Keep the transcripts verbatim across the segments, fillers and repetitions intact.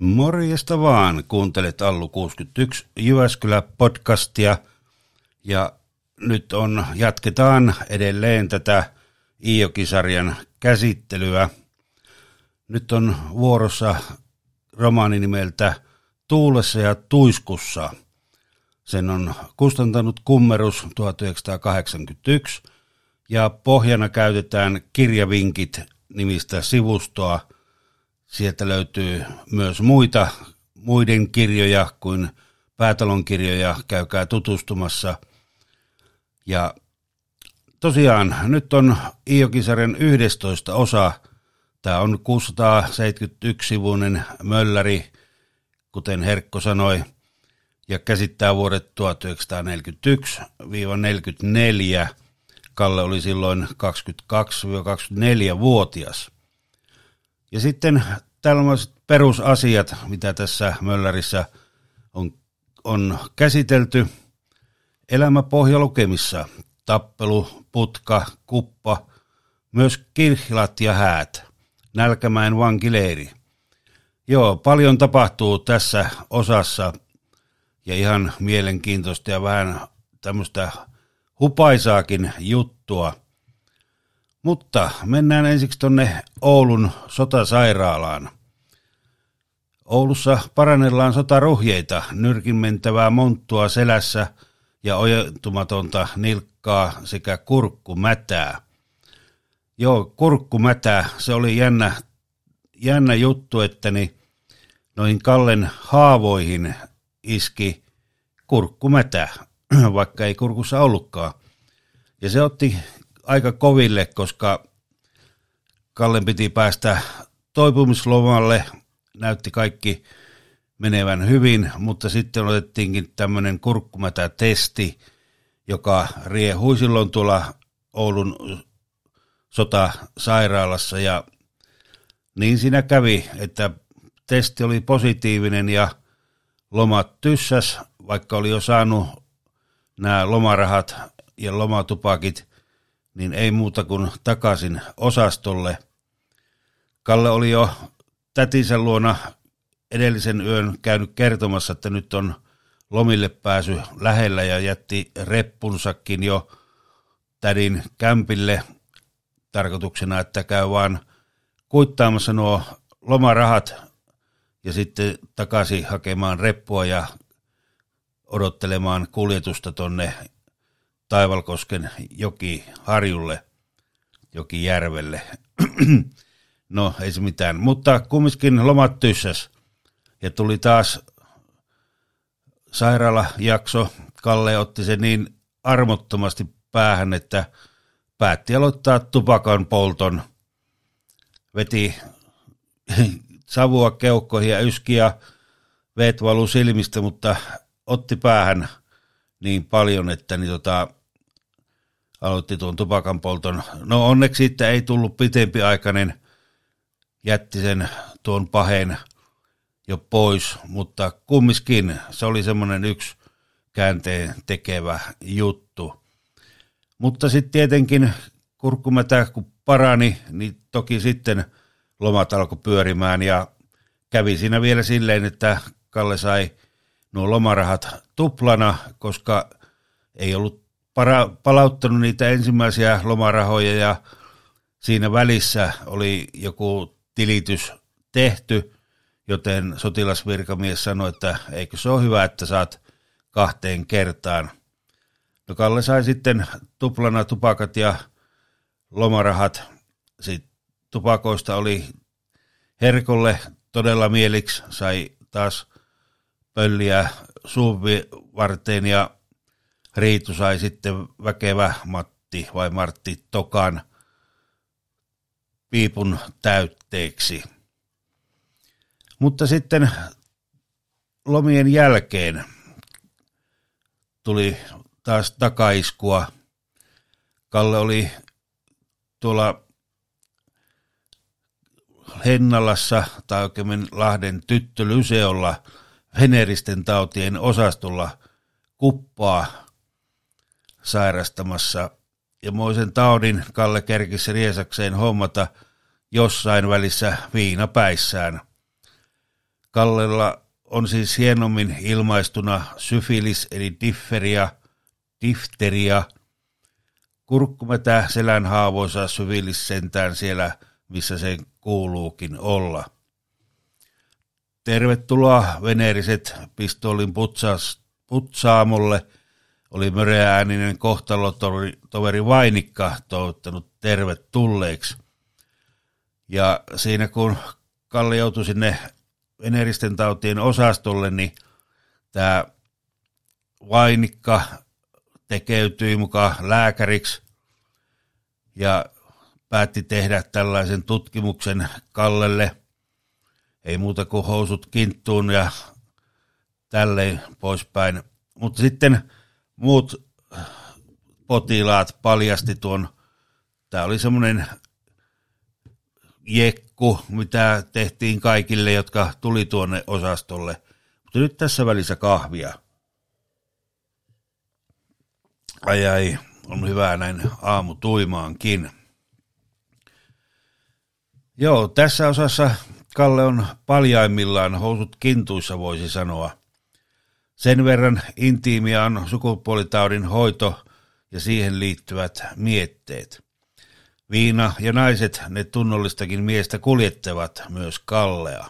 Morjesta vaan, kuuntelet Allu kuusikymmentäyksi Jyväskylä-podcastia ja nyt on, jatketaan edelleen tätä Iijoki-sarjan käsittelyä. Nyt on vuorossa romaani nimeltä Tuulessa ja tuiskussa. Sen on kustantanut Kummerus tuhatyhdeksänsataakahdeksankymmentäyksi ja pohjana käytetään Kirjavinkit nimistä sivustoa. Sieltä löytyy myös muita, muiden kirjoja kuin Päätalon kirjoja, käykää tutustumassa. Ja tosiaan nyt on Iijoki-sarjan yhdestoista osa. Tämä on kuusisataaseitsemänkymmentäyksi-sivuinen mölläri, kuten Herkko sanoi, ja käsittää vuodet tuhatyhdeksänsataaneljäkymmentäyksi neljäkymmentäneljä. Kalle oli silloin kaksikymmentäkaksi kaksikymmentäneljä-vuotias. Ja sitten tällaiset perusasiat, mitä tässä möllärissä on, on käsitelty. Elämä pohjalukemissa, tappelu, putka, kuppa, myös kirhlat ja häät, Nälkämäen vankileiri. Joo, paljon tapahtuu tässä osassa ja ihan mielenkiintoista ja vähän tämmöistä hupaisaakin juttua. Mutta mennään ensiksi tuonne Oulun sotasairaalaan. Oulussa parannellaan sotaruhjeita, nyrkinmentävää monttua selässä ja ojentumatonta nilkkaa sekä kurkkumätää. Joo, kurkkumätää, se oli jännä, jännä juttu, että niin noihin Kallen haavoihin iski kurkkumätä, vaikka ei kurkussa ollutkaan. Ja se otti aika koville, koska Kallen piti päästä toipumislomalle, näytti kaikki menevän hyvin, mutta sitten otettiinkin tämmöinen kurkkumätä-testi, joka riehui silloin tuolla Oulun sotasairaalassa, ja niin siinä kävi, että testi oli positiivinen ja lomat tyssäs, vaikka oli jo saanut nämä lomarahat ja lomatupakit, niin ei muuta kuin takaisin osastolle. Kalle oli jo tätinsä luona edellisen yön käynyt kertomassa, että nyt on lomille pääsy lähellä ja jätti reppunsakin jo tädin kämpille tarkoituksena, että käy vaan kuittaamassa nuo lomarahat ja sitten takaisin hakemaan reppua ja odottelemaan kuljetusta tonne Taivalkosken jokiharjulle, jokijärvelle. No ei se mitään, mutta kumminkin lomat tyssäs ja tuli taas sairaalajakso. Kalle otti sen niin armottomasti päähän, että päätti aloittaa tupakan polton. Veti savua keuhkoihin ja yski ja veet valu silmistä, mutta otti päähän niin paljon, että niin tota, aloitti tuon tupakan polton. No onneksi siitä ei tullut pitempiaikainen, jätti sen tuon paheen jo pois, mutta kumminkin se oli semmoinen yksi käänteen tekevä juttu. Mutta sitten tietenkin kurkkumätä kun parani, niin toki sitten lomat alkoi pyörimään ja kävi siinä vielä silleen, että Kalle sai nuo lomarahat tuplana, koska ei ollut para- palauttanut niitä ensimmäisiä lomarahoja ja siinä välissä oli joku tilitys tehty, joten sotilasvirkamies sanoi, että eikö se ole hyvä, että saat kahteen kertaan. No Kalle sai sitten tuplana tupakat ja lomarahat. Sitten tupakoista oli Herkolle todella mieliksi, sai taas pölliä suuvarteen ja Riitu sai sitten väkevä Matti vai Martti Tokan piipun täytteeksi. Mutta sitten lomien jälkeen tuli taas takaiskua. Kalle oli tuolla Hennalassa tai oikein Lahden tyttölyseolla veneeristen tautien osastolla kuppaa sairastamassa. Ja moisen taudin Kalle kerkisi riesakseen hommata jossain välissä viinapäissään. Kallella on siis hienommin ilmaistuna syfilis eli differia, difteria, kurkkumätä selän haavoissa, syfilis sentään siellä, missä sen kuuluukin olla. Tervetuloa veneeriset pistoolin putsaas, putsaamolle, oli möreääninen kohtalotoveri Vainikka toivottanut tervetulleeksi. Ja siinä kun Kalle joutui sinne veneeristen tautien osastolle, niin tämä Vainikka tekeytyi mukaan lääkäriksi ja päätti tehdä tällaisen tutkimuksen Kallelle. Ei muuta kuin housut kinttuun ja tälleen poispäin. Mutta sitten muut potilaat paljasti tuon, tämä oli semmoinen jekku, mitä tehtiin kaikille, jotka tuli tuonne osastolle. Mutta nyt tässä välissä kahvia. Ai ai, on hyvää näin aamutuimaankin. Joo, tässä osassa Kalle on paljaimmillaan housut kintuissa, voisi sanoa. Sen verran intiimiä on sukupuolitaudin hoito ja siihen liittyvät mietteet. Viina ja naiset, ne tunnollistakin miestä kuljettavat myös Kallea.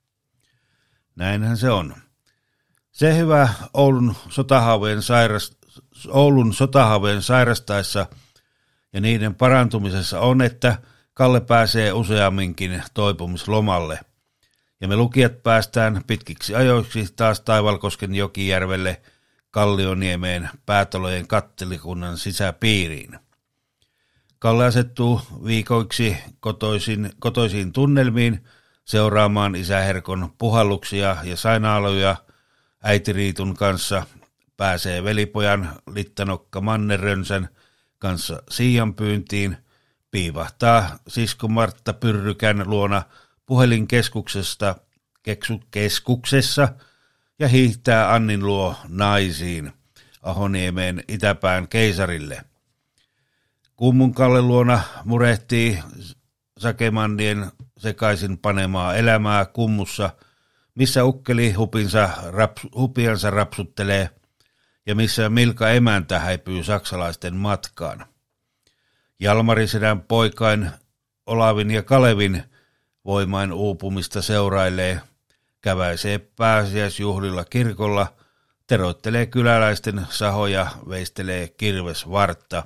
Näinhän se on. Se hyvä Oulun sotahaavojen, sairas, Oulun sotahaavojen sairastaessa ja niiden parantumisessa on, että Kalle pääsee useamminkin toipumislomalle. Ja me lukijat päästään pitkiksi ajoiksi taas Taivalkosken Jokijärvelle Kallioniemeen Päätalojen kattelikunnan sisäpiiriin. Kalle asettuu viikoiksi kotoisin, kotoisiin tunnelmiin seuraamaan isäherkon puhalluksia ja sainaaluja äitiriitun kanssa, pääsee velipojan Littanokka Mannerönsän kanssa siianpyyntiin, piivahtaa sisko Martta Pyrrykän luona puhelinkeskuksesta keskuksessa ja hiihtää Annin luo naisiin Ahoniemeen itäpään keisarille. Kummun Kalle luona murehtii sakemannien sekaisin panemaa elämää kummussa, missä ukkeli hupinsa, raps, hupiansa rapsuttelee ja missä Milka emäntä häipyy saksalaisten matkaan. Jalmarisedän poikain Olavin ja Kalevin voimain uupumista seurailee, käväisee pääsiäisjuhlilla kirkolla, teroittelee kyläläisten sahoja, veistelee kirvesvartta.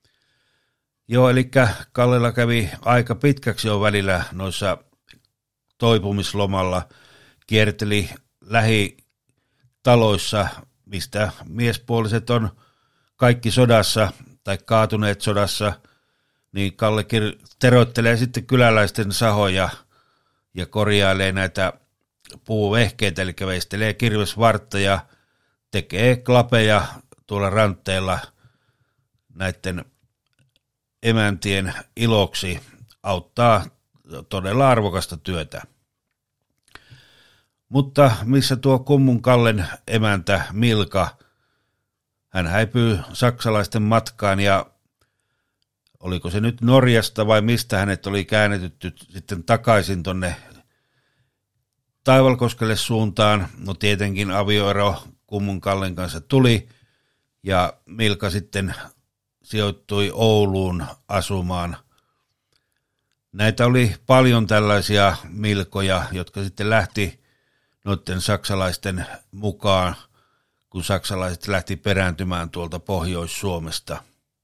Joo, eli Kallella kävi aika pitkäksi jo välillä noissa toipumislomalla, kierteli lähitaloissa, mistä miespuoliset on kaikki sodassa tai kaatuneet sodassa, niin Kalle kir- teroittelee sitten kyläläisten sahoja ja korjailee näitä puuvehkeitä, eli veistelee kirvesvartta ja tekee klapeja tuolla rantteella näiden emäntien iloksi, auttaa todella arvokasta työtä. Mutta missä tuo Kummun Kallen emäntä Milka, hän häipyy saksalaisten matkaan ja oliko se nyt Norjasta vai mistä hänet oli käännetytty sitten takaisin tonne Taivalkoskelle suuntaan. No tietenkin avioero Kummun Kallen kanssa tuli ja Milka sitten sijoittui Ouluun asumaan. Näitä oli paljon tällaisia Milkoja, jotka sitten lähti noiden saksalaisten mukaan, kun saksalaiset lähti perääntymään tuolta Pohjois-Suomesta.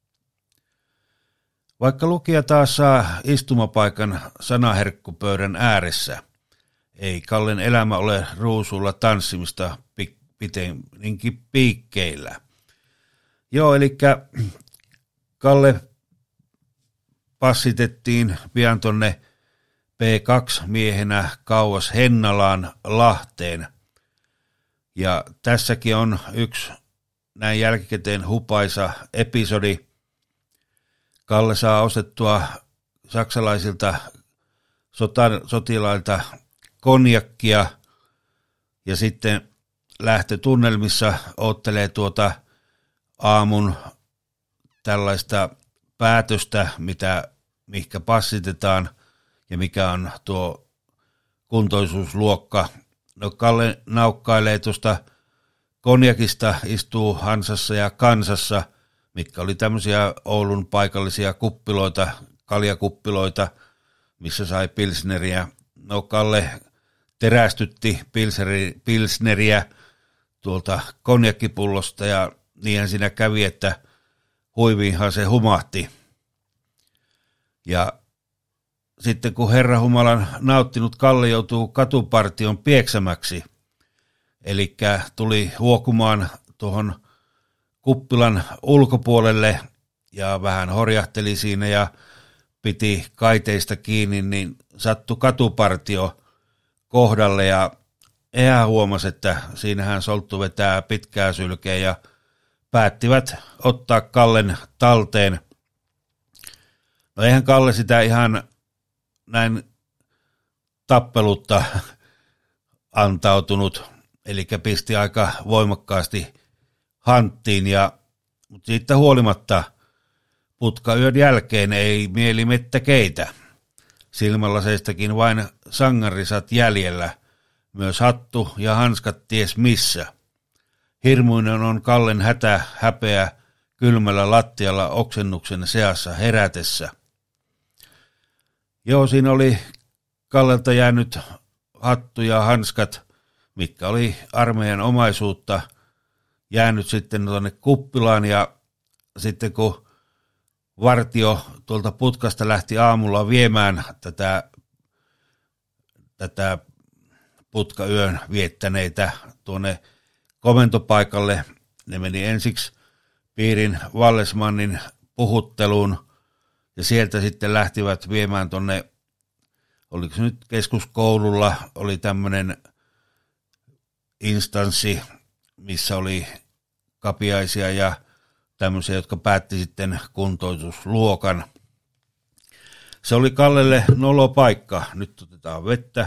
Vaikka lukija taas saa istumapaikan sanaherkkupöydän ääressä, ei Kallen elämä ole ruusulla tanssimista pitemminkin piikkeillä. Joo, eli Kalle passitettiin pian tonne P kaksi miehenä kauas Hennalaan Lahteen. Ja tässäkin on yksi näin jälkikäteen hupaisa episodi. Kalle saa ostettua saksalaisilta sota- sotilailta konjakkia ja sitten lähtötunnelmissa oottelee tuota aamun tällaista päätöstä, mitä, mihinkä passitetaan ja mikä on tuo kuntoisuusluokka no Kalle naukkailee tuosta konjakista, istuu Hansassa ja Kansassa, mitkä oli tämmöisiä Oulun paikallisia kuppiloita, kaljakuppiloita, missä sai pilsneriä. No Kalle terästytti pilsneri, pilsneriä tuolta konjakkipullosta ja niinhän siinä kävi, että huiviinhan se humahti. Ja sitten kun Herra Humalan nauttinut Kalle joutuu katupartion pieksämäksi, eli tuli huokumaan tuohon kuppilan ulkopuolelle ja vähän horjahteli siinä ja piti kaiteista kiinni, niin sattui katupartio kohdalle ja hän huomasi, että siinähän Solttu vetää pitkää sylkeä ja päättivät ottaa Kallen talteen. No eihän Kalle sitä ihan näin tappelutta antautunut, eli pisti aika voimakkaasti hanttiin, ja, mutta siitä huolimatta putkayön jälkeen ei mieli mettä keitä. Silmälaseistakin vain sangarisat jäljellä, myös hattu ja hanskat ties missä. Hirmuinen on Kallen hätä, häpeä kylmällä lattialla oksennuksen seassa herätessä. Joo, siinä oli Kallelta jäänyt hattu ja hanskat, mitkä oli armeijan omaisuutta, jäänyt sitten tuonne kuppilaan, ja sitten kun vartio tuolta putkasta lähti aamulla viemään tätä, tätä putkayön viettäneitä tuonne komentopaikalle, ne meni ensiksi piirin Vallesmannin puhutteluun, ja sieltä sitten lähtivät viemään tuonne, oliko se nyt keskuskoululla, oli tämmöinen instanssi, missä oli kapiaisia ja tämmöisiä, jotka päätti sitten kuntoutusluokan. Se oli Kallelle nolopaikka. Nyt otetaan vettä.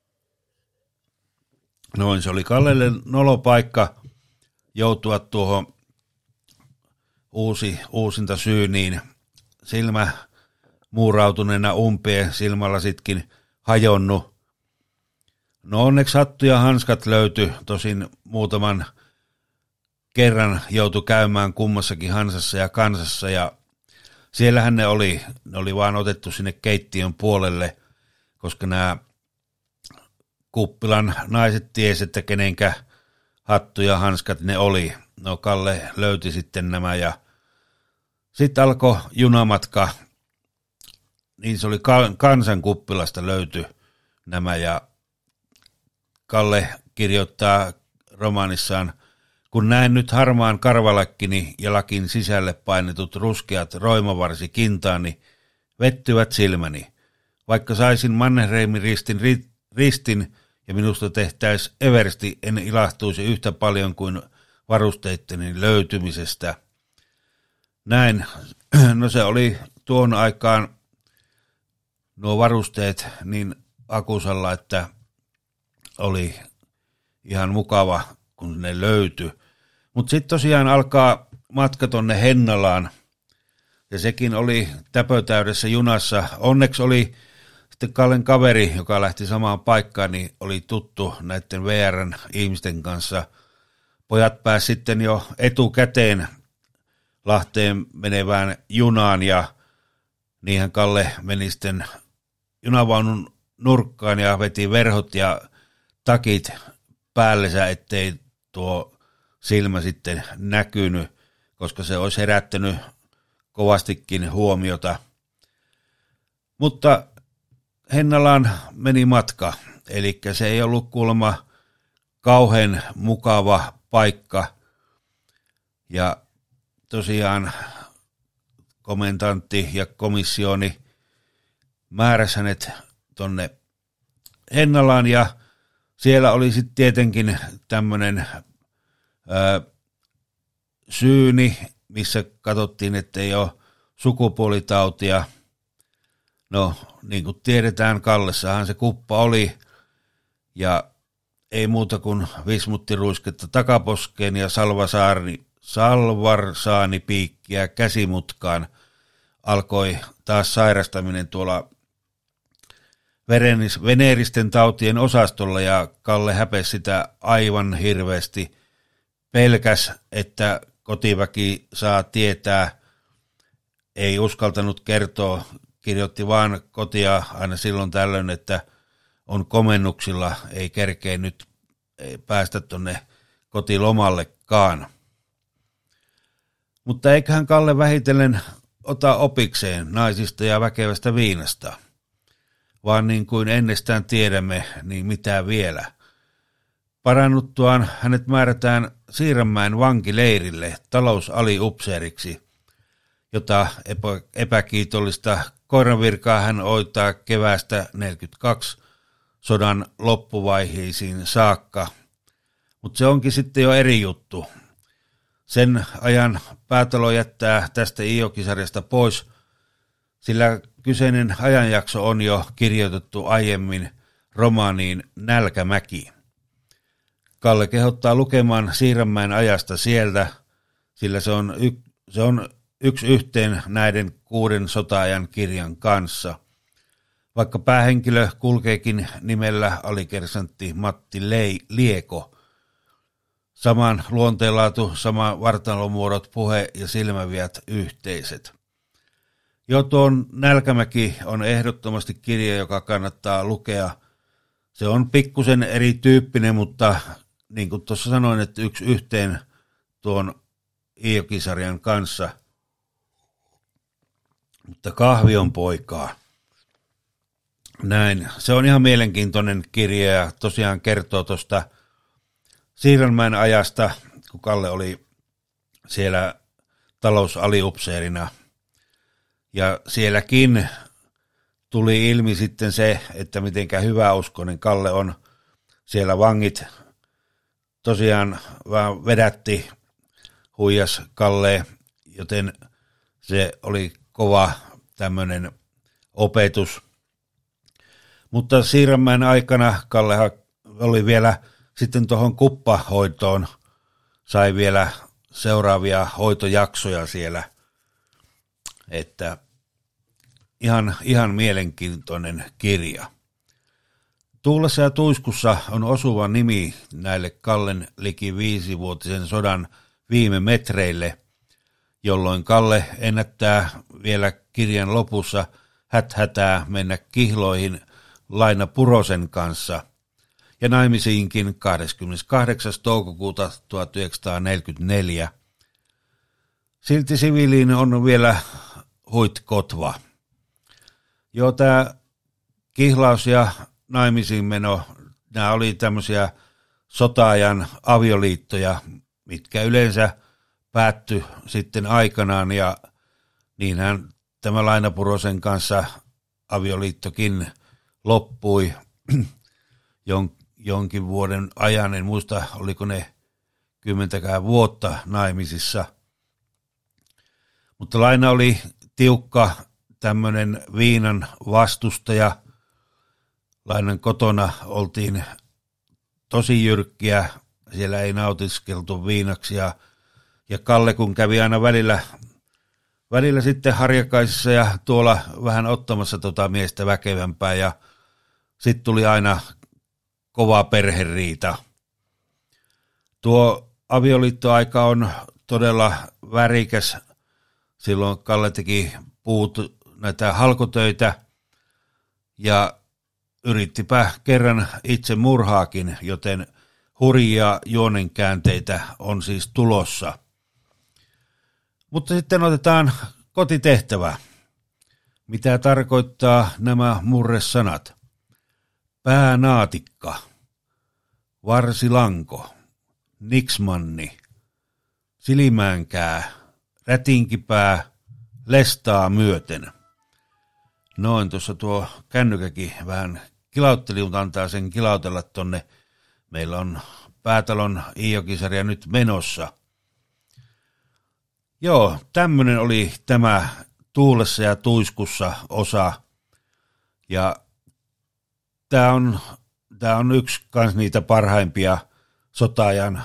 Noin, se oli Kallelle nolopaikka joutua tuohon uusi, uusinta syyniin. Silmä muurautuneena umpeen, silmälasitkin hajonnut. No onneksi hattu ja hanskat löytyi, tosin muutaman kerran joutui käymään kummassakin Hansassa ja Kansassa, ja siellähän ne oli, ne oli vaan otettu sinne keittiön puolelle, koska nämä kuppilan naiset tiesi, että kenenkä hattu ja hanskat ne oli. No Kalle löyti sitten nämä, ja sitten alkoi junamatka, niin se oli Kansan kuppilasta löyty nämä, ja Kalle kirjoittaa romaanissaan: kun näen nyt harmaan karvalakkini ja lakin sisälle painetut ruskeat roimavarsikintaani, vettyvät silmäni. Vaikka saisin Mannerheimin ristin, ristin ja minusta tehtäisi eversti, en ilahtuisi yhtä paljon kuin varusteitteni löytymisestä. Näin, no se oli tuon aikaan nuo varusteet niin akusalla, että oli ihan mukava, kun ne löytyi. Mutta sitten tosiaan alkaa matka tonne Hennalaan, ja sekin oli täpötäydessä junassa. Onneksi oli sitten Kallen kaveri, joka lähti samaan paikkaan, niin oli tuttu näiden V R:n ihmisten kanssa. Pojat pääsi sitten jo etukäteen Lahteen menevään junaan, ja niinhän Kalle meni sitten junavaunun nurkkaan ja veti verhot ja takit päällensä, ettei tuo silmä sitten näkynyt, koska se olisi herättänyt kovastikin huomiota. Mutta Hennalaan meni matka, eli se ei ollut kuulemma kauhean mukava paikka, ja tosiaan komentantti ja komissioni määräsi hänet tonne Hennalaan, ja siellä oli sitten tietenkin tämmöinen syyni, missä katsottiin, että ei ole sukupuolitautia. No, niin kuin tiedetään, Kallessahan se kuppa oli, ja ei muuta kuin vismuttiruisketta takaposkeen ja salvasaari, salvarsaani piikkiä käsimutkaan. Alkoi taas sairastaminen tuolla veneeristen tautien osastolla ja Kalle häpesi sitä aivan hirveästi. Pelkäs, että kotiväki saa tietää, ei uskaltanut kertoa, kirjoitti vaan kotia aina silloin tällöin, että on komennuksilla, ei kerkeä nyt ei päästä tuonne kotilomallekaan. Mutta eiköhän Kalle vähitellen ota opikseen naisista ja väkevästä viinasta, vaan niin kuin ennestään tiedämme, niin mitä vielä. Parannuttuaan hänet määrätään Siiränmäen vankileirille talousaliupseeriksi, jota epä, epäkiitollista koiranvirkaa hän hoitaa keväästä neljäkymmentäkaksi sodan loppuvaiheisiin saakka. Mutta se onkin sitten jo eri juttu. Sen ajan Päätalo jättää tästä Iijoki-sarjasta pois, sillä kyseinen ajanjakso on jo kirjoitettu aiemmin romaaniin Nälkämäki. Kalle kehottaa lukemaan Siiränmäen ajasta sieltä, sillä se on, y- se on yksi yhteen näiden kuuden sota-ajan kirjan kanssa. Vaikka päähenkilö kulkeekin nimellä alikersantti Matti Lei- Lieko, saman luonteenlaatu, sama vartalomuodot, puhe ja silmäviät yhteiset. Jo tuon Nälkämäki on ehdottomasti kirja, joka kannattaa lukea. Se on pikkusen erityyppinen, mutta niin kuin tuossa sanoin, että yksi yhteen tuon Iijoki-sarjan kanssa. Mutta kahvi on poikaa. Näin. Se on ihan mielenkiintoinen kirja ja tosiaan kertoo tuosta Siiränmäen ajasta, kun Kalle oli siellä talousaliupseerina. Ja sielläkin tuli ilmi sitten se, että mitenkä hyväuskoinen Kalle on. Siellä vangit tosiaan vaan vedätti, huijas Kalle, joten se oli kova tämmöinen opetus. Mutta Siiränmäen aikana Kalle oli vielä sitten tuohon kuppahoitoon, sai vielä seuraavia hoitojaksoja siellä, että ihan, ihan mielenkiintoinen kirja. Tuulessa ja tuiskussa on osuva nimi näille Kallen liki viisivuotisen sodan viime metreille, jolloin Kalle ennättää vielä kirjan lopussa häthätää mennä kihloihin Laina Purosen kanssa ja naimisiinkin kahdeskymmeneskahdeksas toukokuuta tuhatyhdeksänsataaneljäkymmentäneljä. Silti siviiliin on vielä huit kotva. Joo, tämä kihlaus ja naimisiin meno, nämä oli tämmöisiä sota-ajan avioliittoja, mitkä yleensä päättyi sitten aikanaan, ja niinhän tämä Laina Purosen kanssa avioliittokin loppui jon, jonkin vuoden ajan, en muista oliko ne kymmentäkään vuotta naimisissa. Mutta Laina oli tiukka tämmöinen viinan vastustaja. Lainan kotona oltiin tosi jyrkkiä, siellä ei nautiskeltu viinaksi ja, ja Kalle kun kävi aina välillä, välillä sitten harjakaisissa ja tuolla vähän ottamassa tota miestä väkevämpää ja sitten tuli aina kova perheriita. Tuo avioliittoaika on todella värikäs. Silloin Kalle teki puut näitä halkotöitä ja yrittipä kerran itse murhaakin, joten hurjia juonenkäänteitä on siis tulossa. Mutta sitten otetaan kotitehtävä. Mitä tarkoittaa nämä murresanat? Päänaatikka, varsilanko, niksmanni, silimäänkää, rätinkipää, lestaa myöten. Noin, tuossa tuo kännykäkin vähän kilautteli, mutta antaa sen kilautella tonne. Meillä on Päätalon Iijoki-sarja nyt menossa. Joo, tämmönen oli tämä Tuulessa ja tuiskussa osa. Ja tää on, tää on yksi kans niitä parhaimpia sota-ajan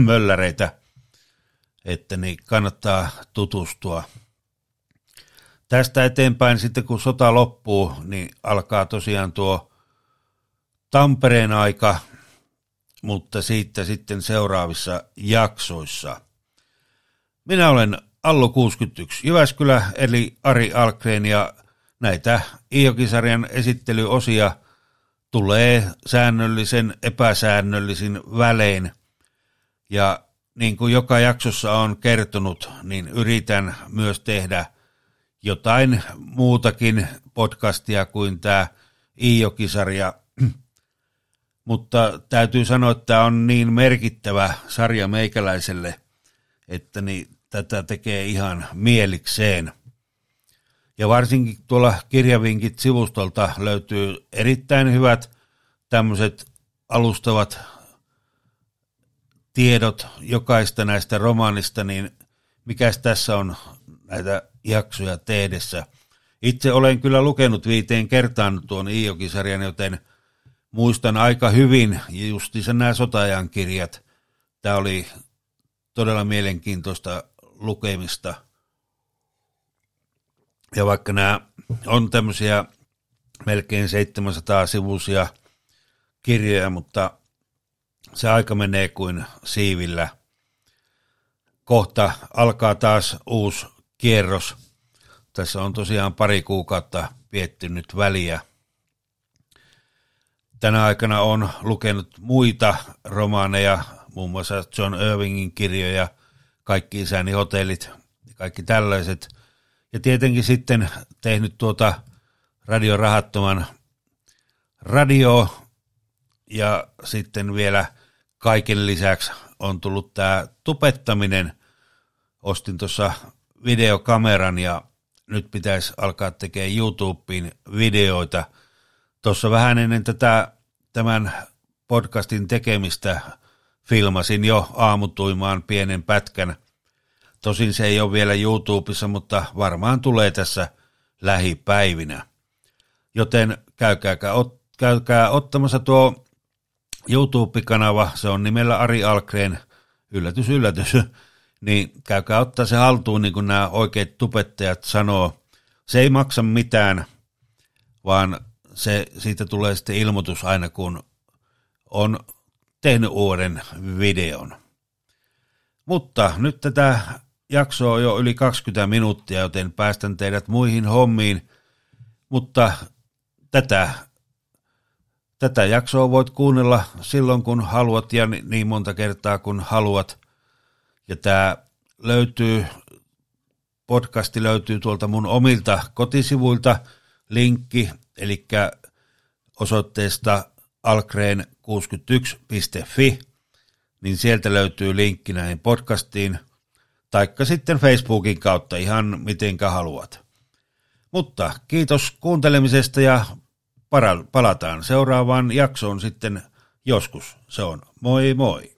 mölläreitä, että niin kannattaa tutustua. tästä eteenpäin sitten kun sota loppuu, niin alkaa tosiaan tuo Tampereen aika, mutta siitä sitten seuraavissa jaksoissa. Minä olen Allu kuusikymmentäyksi Jyväskylä, eli Ari Algren, ja näitä Iijoki-sarjan esittelyosia tulee säännöllisen epäsäännöllisin välein. Ja niin kuin joka jaksossa on kertonut, niin yritän myös tehdä jotain muutakin podcastia kuin tämä Iijoki-sarja. Mutta täytyy sanoa, että tämä on niin merkittävä sarja meikäläiselle, että niin tätä tekee ihan mielikseen. Ja varsinkin tuolla Kirjavinkit-sivustolta löytyy erittäin hyvät tämmöiset alustavat tiedot jokaista näistä romaanista, niin mikäs tässä on näitä jaksoja tehdessä. Itse olen kyllä lukenut viiteen kertaan tuon Iijoki-sarjan, joten muistan aika hyvin justiinsa nämä sota-ajan kirjat. Tämä oli todella mielenkiintoista lukemista. Ja vaikka nämä on tämmöisiä melkein seitsemänsataa sivuisia kirjoja, mutta se aika menee kuin siivillä. Kohta alkaa taas uusi kierros. Tässä on tosiaan pari kuukautta pietty nyt väliä. Tänä aikana on lukenut muita romaaneja, muun muassa John Irvingin kirjoja, Kaikki isäni hotellit ja kaikki tällaiset. Ja tietenkin sitten tehnyt tuota radiorahattoman radio, ja sitten vielä kaiken lisäksi on tullut tämä tubettaminen. Ostin tuossa videokameran ja nyt pitäisi alkaa tekemään YouTubeen videoita. Tuossa vähän ennen tätä, tämän podcastin tekemistä filmasin jo aamutuimaan pienen pätkän. Tosin se ei ole vielä YouTubessa, mutta varmaan tulee tässä lähipäivinä. Joten käykää, käykää ottamassa tuo YouTube-kanava, se on nimellä Ari Algren, yllätys, yllätys, niin käykää ottaa se haltuun, niin kuin nämä oikeat tubettajat sanoo. Se ei maksa mitään, vaan se, siitä tulee sitten ilmoitus aina, kun on tehnyt uuden videon. Mutta nyt tätä jaksoa on jo yli kaksikymmentä minuuttia, joten päästän teidät muihin hommiin, mutta tätä, tätä jaksoa voit kuunnella silloin kun haluat ja niin monta kertaa kun haluat. Ja tämä löytyy, podcasti löytyy tuolta mun omilta kotisivuilta, linkki, eli osoitteesta algren kuusikymmentäyksi piste fi, niin sieltä löytyy linkki näihin podcastiin, taikka sitten Facebookin kautta ihan mitenkä haluat. Mutta kiitos kuuntelemisesta ja palataan seuraavaan jaksoon sitten joskus. Se on moi moi!